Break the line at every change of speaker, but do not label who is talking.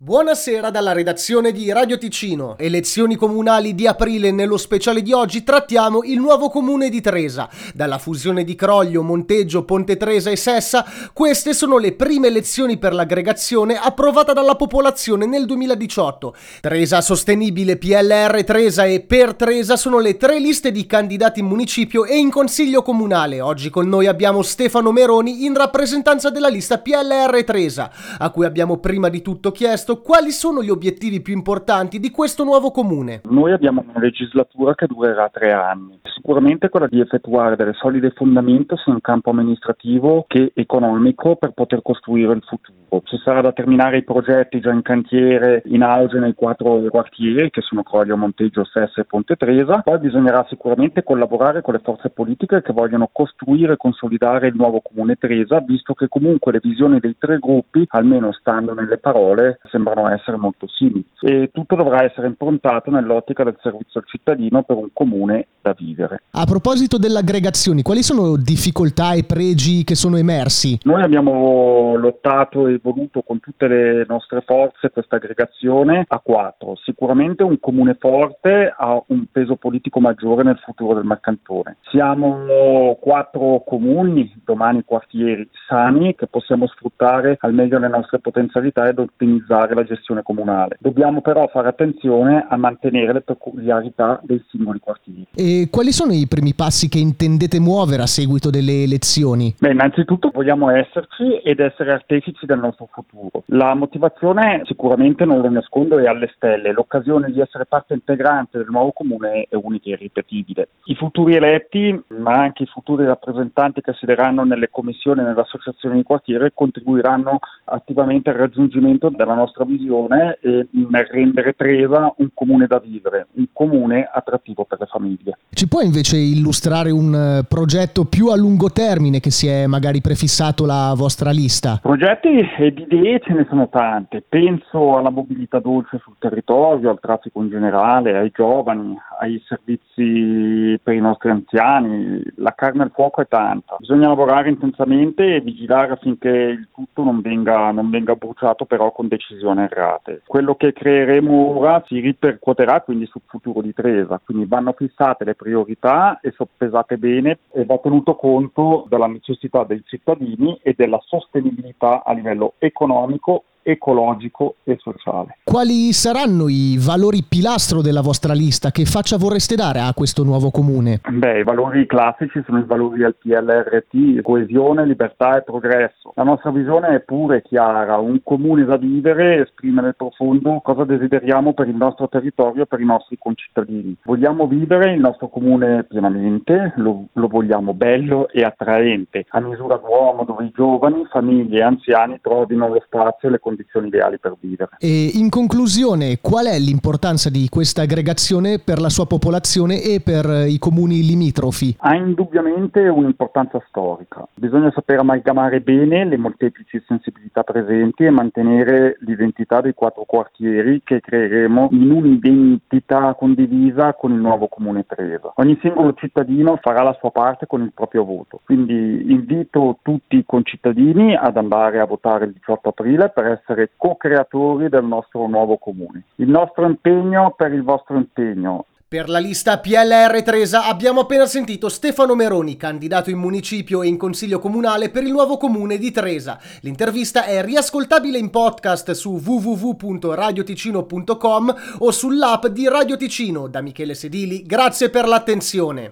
Buonasera dalla redazione di Radio Ticino. Elezioni comunali di aprile. Nello speciale di oggi trattiamo il nuovo comune di Tresa. Dalla fusione di Croglio, Monteggio, Ponte Tresa e Sessa, queste sono le prime elezioni per l'aggregazione approvata dalla popolazione nel 2018. Tresa Sostenibile, PLR Tresa e Per Tresa sono le tre liste di candidati in municipio e in consiglio comunale. Oggi con noi abbiamo Stefano Meroni in rappresentanza della lista PLR Tresa, a cui abbiamo prima di tutto chiesto quali sono gli obiettivi più importanti di questo nuovo comune.
Noi abbiamo una legislatura che durerà 3 anni. Sicuramente quella di effettuare delle solide fondamenta sia in campo amministrativo che economico per poter costruire il futuro. Ci sarà da terminare i progetti già in cantiere, in auge nei 4 quartieri che sono Croglio, Monteggio, Sessa e Ponte Tresa. Poi bisognerà sicuramente collaborare con le forze politiche che vogliono costruire e consolidare il nuovo comune Tresa, visto che comunque le visioni dei 3 gruppi, almeno stando nelle parole, sembrano essere molto simili, e tutto dovrà essere improntato nell'ottica del servizio al cittadino per un comune da vivere.
A proposito delle aggregazioni, quali sono difficoltà e pregi che sono emersi?
Noi abbiamo lottato e voluto con tutte le nostre forze questa aggregazione a 4. Sicuramente un comune forte ha un peso politico maggiore nel futuro del Mercantone. Siamo 4 comuni, domani quartieri sani, che possiamo sfruttare al meglio le nostre potenzialità ed ottimizzare la gestione comunale. Dobbiamo però fare attenzione a mantenere le peculiarità dei singoli quartieri.
E quali sono i primi passi che intendete muovere a seguito delle elezioni?
Innanzitutto vogliamo esserci ed essere artefici del nostro futuro. La motivazione, sicuramente non lo nascondo, è alle stelle. L'occasione di essere parte integrante del nuovo comune è unica e irripetibile. I futuri eletti, ma anche i futuri rappresentanti che siederanno nelle commissioni e nelle associazioni di quartiere, contribuiranno attivamente al raggiungimento della nostra visione e nel rendere Tresa un comune da vivere, un comune attrattivo per le famiglie.
Ci può invece illustrare un progetto più a lungo termine che si è magari prefissato la vostra lista?
Progetti ed idee ce ne sono tante. Penso alla mobilità dolce sul territorio, al traffico in generale, ai giovani, ai servizi per i nostri anziani. La carne al fuoco è tanta. Bisogna lavorare intensamente e vigilare affinché il tutto non venga bruciato però con decisioni errate. Quello che creeremo ora si ripercuoterà quindi sul futuro di Tresa, quindi vanno fissate le priorità e soppesate bene e va tenuto conto della necessità dei cittadini e della sostenibilità a livello economico, ecologico e sociale.
Quali saranno i valori pilastro della vostra lista? Che faccia vorreste dare a questo nuovo comune?
I valori classici sono i valori del PLRT: coesione, libertà e progresso. La nostra visione è pura e chiara: un comune da vivere, esprime nel profondo cosa desideriamo per il nostro territorio e per i nostri concittadini. Vogliamo vivere il nostro comune pienamente, lo vogliamo bello e attraente, a misura d'uomo, dove i giovani, famiglie e anziani trovino lo spazio e le condizioni ideali per vivere.
E in conclusione, qual è l'importanza di questa aggregazione per la sua popolazione e per i comuni limitrofi?
Ha indubbiamente un'importanza storica. Bisogna saper amalgamare bene le molteplici sensibilità presenti e mantenere l'identità dei 4 quartieri che creeremo in un'identità condivisa con il nuovo comune Tresa. Ogni singolo cittadino farà la sua parte con il proprio voto. Quindi invito tutti i concittadini ad andare a votare il 18 aprile per essere co-creatori del nostro nuovo comune. Il nostro impegno per il vostro impegno.
Per la lista PLR Tresa abbiamo appena sentito Stefano Meroni, candidato in municipio e in consiglio comunale per il nuovo comune di Tresa. L'intervista è riascoltabile in podcast su www.radioticino.com o sull'app di Radio Ticino. Da Michele Sedili, grazie per l'attenzione.